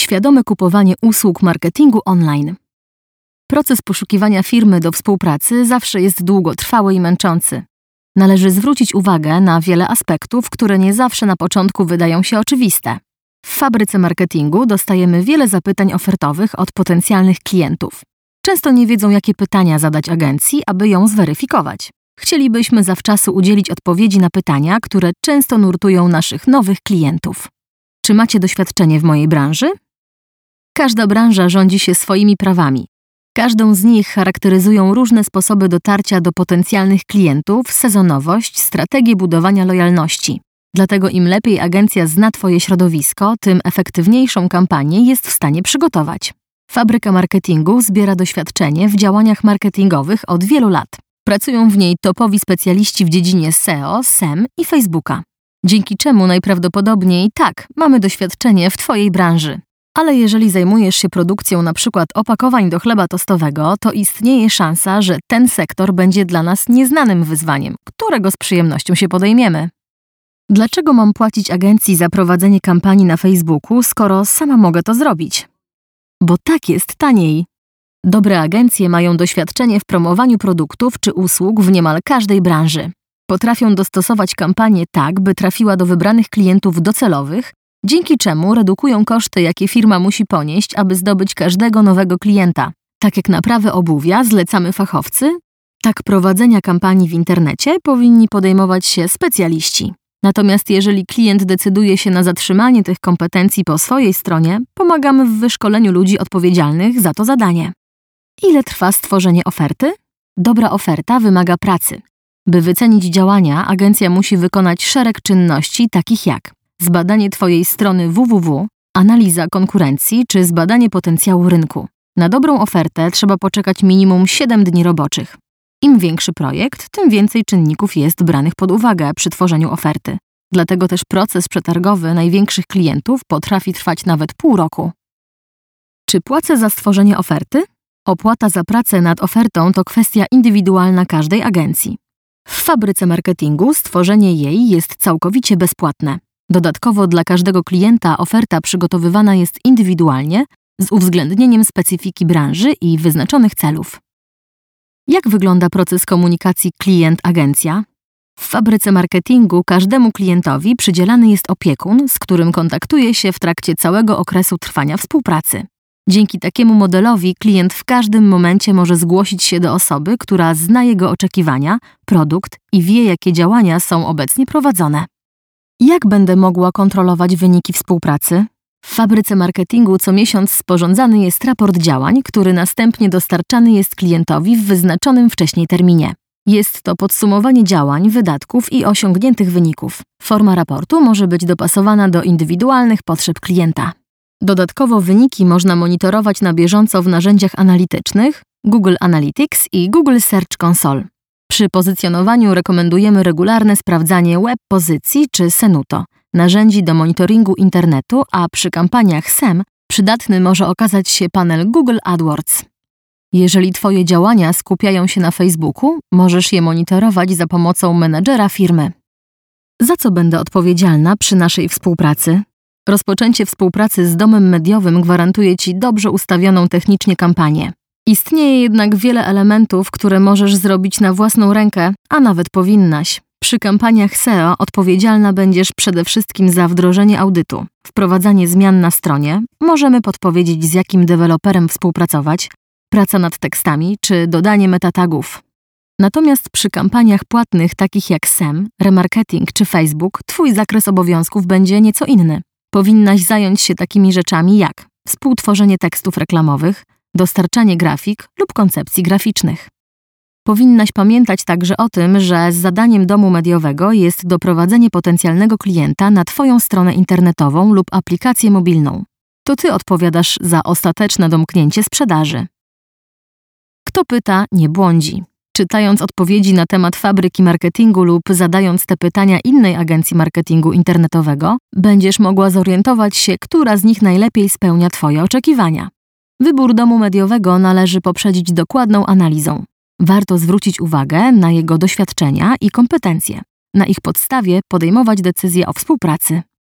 Świadome kupowanie usług marketingu online. Proces poszukiwania firmy do współpracy zawsze jest długotrwały i męczący. Należy zwrócić uwagę na wiele aspektów, które nie zawsze na początku wydają się oczywiste. W fabryce marketingu dostajemy wiele zapytań ofertowych od potencjalnych klientów. Często nie wiedzą, jakie pytania zadać agencji, aby ją zweryfikować. Chcielibyśmy zawczasu udzielić odpowiedzi na pytania, które często nurtują naszych nowych klientów. Czy macie doświadczenie w mojej branży? Każda branża rządzi się swoimi prawami. Każdą z nich charakteryzują różne sposoby dotarcia do potencjalnych klientów, sezonowość, strategie budowania lojalności. Dlatego im lepiej agencja zna Twoje środowisko, tym efektywniejszą kampanię jest w stanie przygotować. Fabryka marketingu zbiera doświadczenie w działaniach marketingowych od wielu lat. Pracują w niej topowi specjaliści w dziedzinie SEO, SEM i Facebooka. Dzięki czemu najprawdopodobniej mamy doświadczenie w Twojej branży. Ale jeżeli zajmujesz się produkcją np. opakowań do chleba tostowego, to istnieje szansa, że ten sektor będzie dla nas nieznanym wyzwaniem, którego z przyjemnością się podejmiemy. Dlaczego mam płacić agencji za prowadzenie kampanii na Facebooku, skoro sama mogę to zrobić? Bo tak jest taniej. Dobre agencje mają doświadczenie w promowaniu produktów czy usług w niemal każdej branży. Potrafią dostosować kampanię tak, by trafiła do wybranych klientów docelowych, dzięki czemu redukują koszty, jakie firma musi ponieść, aby zdobyć każdego nowego klienta. Tak jak naprawę obuwia zlecamy fachowcy, tak prowadzenia kampanii w internecie powinni podejmować się specjaliści. Natomiast jeżeli klient decyduje się na zatrzymanie tych kompetencji po swojej stronie, pomagamy w wyszkoleniu ludzi odpowiedzialnych za to zadanie. Ile trwa stworzenie oferty? Dobra oferta wymaga pracy. By wycenić działania, agencja musi wykonać szereg czynności takich jak zbadanie Twojej strony www, analiza konkurencji czy zbadanie potencjału rynku. Na dobrą ofertę trzeba poczekać minimum 7 dni roboczych. Im większy projekt, tym więcej czynników jest branych pod uwagę przy tworzeniu oferty. Dlatego też proces przetargowy największych klientów potrafi trwać nawet pół roku. Czy płacę za stworzenie oferty? Opłata za pracę nad ofertą to kwestia indywidualna każdej agencji. W fabryce marketingu stworzenie jej jest całkowicie bezpłatne. Dodatkowo dla każdego klienta oferta przygotowywana jest indywidualnie z uwzględnieniem specyfiki branży i wyznaczonych celów. Jak wygląda proces komunikacji klient-agencja? W fabryce marketingu każdemu klientowi przydzielany jest opiekun, z którym kontaktuje się w trakcie całego okresu trwania współpracy. Dzięki takiemu modelowi klient w każdym momencie może zgłosić się do osoby, która zna jego oczekiwania, produkt i wie, jakie działania są obecnie prowadzone. Jak będę mogła kontrolować wyniki współpracy? W fabryce marketingu co miesiąc sporządzany jest raport działań, który następnie dostarczany jest klientowi w wyznaczonym wcześniej terminie. Jest to podsumowanie działań, wydatków i osiągniętych wyników. Forma raportu może być dopasowana do indywidualnych potrzeb klienta. Dodatkowo wyniki można monitorować na bieżąco w narzędziach analitycznych Google Analytics i Google Search Console. Przy pozycjonowaniu rekomendujemy regularne sprawdzanie web pozycji czy Senuto, narzędzi do monitoringu internetu, a przy kampaniach SEM przydatny może okazać się panel Google AdWords. Jeżeli Twoje działania skupiają się na Facebooku, możesz je monitorować za pomocą menedżera firmy. Za co będę odpowiedzialna przy naszej współpracy? Rozpoczęcie współpracy z domem mediowym gwarantuje Ci dobrze ustawioną technicznie kampanię. Istnieje jednak wiele elementów, które możesz zrobić na własną rękę, a nawet powinnaś. Przy kampaniach SEO odpowiedzialna będziesz przede wszystkim za wdrożenie audytu, wprowadzanie zmian na stronie, możemy podpowiedzieć, z jakim deweloperem współpracować, praca nad tekstami czy dodanie metatagów. Natomiast przy kampaniach płatnych takich jak SEM, remarketing czy Facebook, Twój zakres obowiązków będzie nieco inny. Powinnaś zająć się takimi rzeczami jak współtworzenie tekstów reklamowych, dostarczanie grafik lub koncepcji graficznych. Powinnaś pamiętać także o tym, że zadaniem domu mediowego jest doprowadzenie potencjalnego klienta na Twoją stronę internetową lub aplikację mobilną. To Ty odpowiadasz za ostateczne domknięcie sprzedaży. Kto pyta, nie błądzi. Czytając odpowiedzi na temat fabryki marketingu lub zadając te pytania innej agencji marketingu internetowego, będziesz mogła zorientować się, która z nich najlepiej spełnia Twoje oczekiwania. Wybór domu mediowego należy poprzedzić dokładną analizą. Warto zwrócić uwagę na jego doświadczenia i kompetencje. Na ich podstawie podejmować decyzje o współpracy.